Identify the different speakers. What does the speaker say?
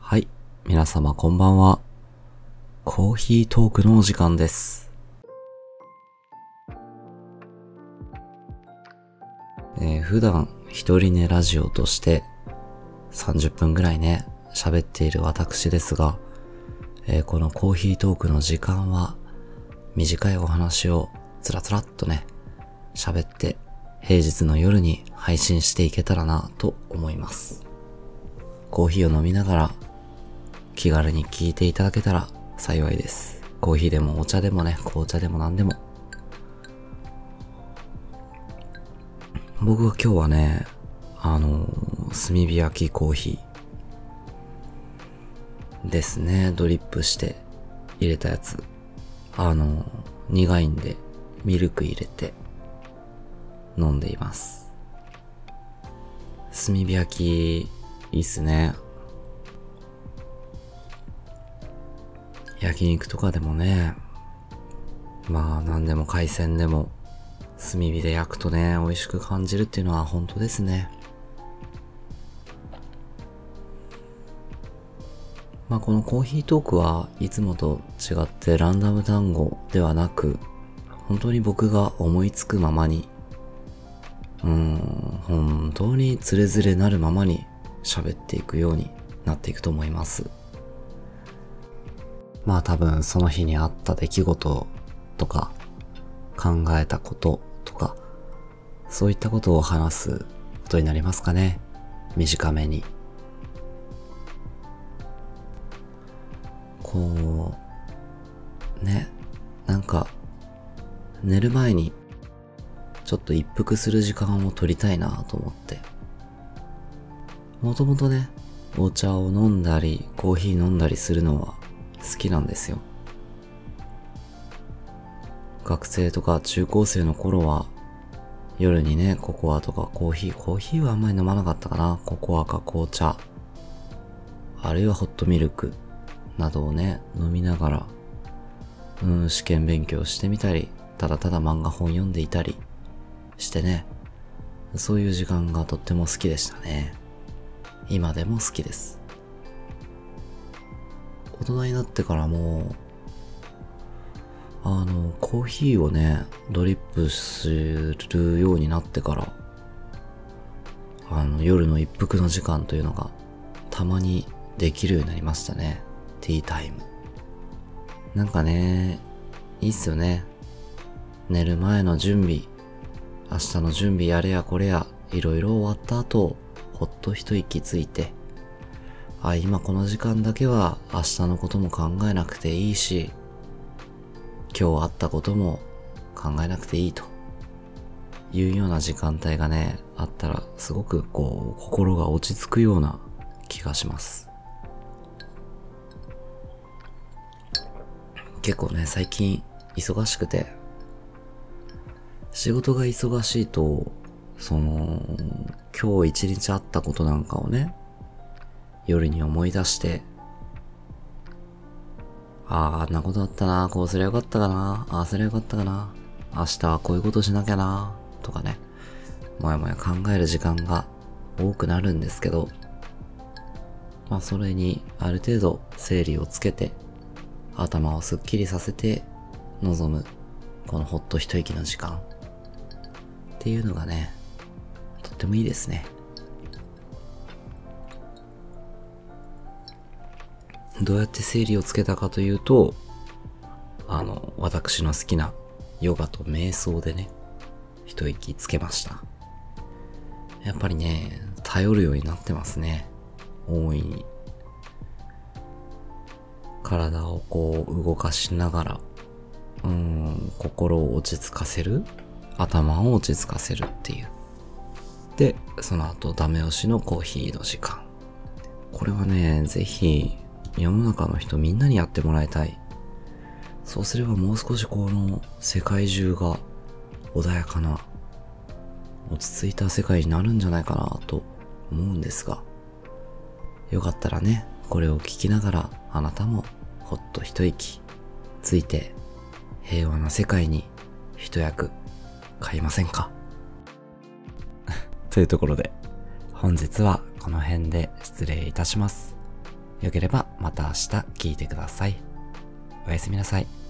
Speaker 1: はい。皆様こんばんは。コーヒートークのお時間です。普段一人寝ラジオとして30分ぐらいね、喋っている私ですが、このコーヒートークの時間は短いお話をつらつらっとね、喋って平日の夜に配信していけたらなと思います。コーヒーを飲みながら気軽に聞いていただけたら幸いです。コーヒーでもお茶でもね、紅茶でも何でも。僕は今日はね、炭火焼きコーヒーですね。ドリップして入れたやつ。苦いんでミルク入れて飲んでいます。炭火焼きいいっすね。焼肉とかでもね、まあ何でも海鮮でも炭火で焼くとね、美味しく感じるっていうのは本当ですね。まあこのコーヒートークはいつもと違ってランダム単語ではなく、本当に僕が思いつくままに、本当につれづれなるままに喋っていくようになっていくと思います。まあ多分その日にあった出来事とか考えたこととかそういったことを話すことになりますかね。短めに。こう、ね、なんか寝る前にちょっと一服する時間を取りたいなと思って。もともとね、お茶を飲んだりコーヒー飲んだりするのは好きなんですよ。学生とか中高生の頃は夜にね、ココアとかコーヒーはあんまり飲まなかったかな。ココアか紅茶、あるいはホットミルクなどをね、飲みながら、試験勉強してみたり、ただただ漫画本読んでいたりしてね、そういう時間がとっても好きでしたね。今でも好きです。大人になってからも、コーヒーをね、ドリップするようになってから、夜の一服の時間というのが、たまにできるようになりましたね。ティータイム。なんかね、いいっすよね。寝る前の準備、明日の準備やれやこれや、いろいろ終わった後、ほっと一息ついて、今この時間だけは明日のことも考えなくていいし、今日あったことも考えなくていいというような時間帯がね、あったらすごく心が落ち着くような気がします。結構ね、最近忙しくて、仕事が忙しいと、今日一日あったことなんかをね、夜に思い出して、あんなことあったな、こうすりゃよかったかな、ああすりゃよかったかな、明日はこういうことしなきゃな、とかね、もやもや考える時間が多くなるんですけど、まあそれにある程度整理をつけて、頭をすっきりさせて臨む、このほっと一息の時間っていうのがね、とってもいいですね。どうやって整理をつけたかというと、私の好きなヨガと瞑想でね、一息つけました。やっぱりね、頼るようになってますね。大いに。体を動かしながら、心を落ち着かせる、頭を落ち着かせるっていう。で、その後ダメ押しのコーヒーの時間。これはね、ぜひ世の中の人みんなにやってもらいたい。そうすればもう少しこの世界中が穏やかな、落ち着いた世界になるんじゃないかなと思うんですが、よかったらね、これを聞きながらあなたもほっと一息ついて平和な世界に一役買いませんかというところで本日はこの辺で失礼いたします。 よければまた明日聞いてください。おやすみなさい。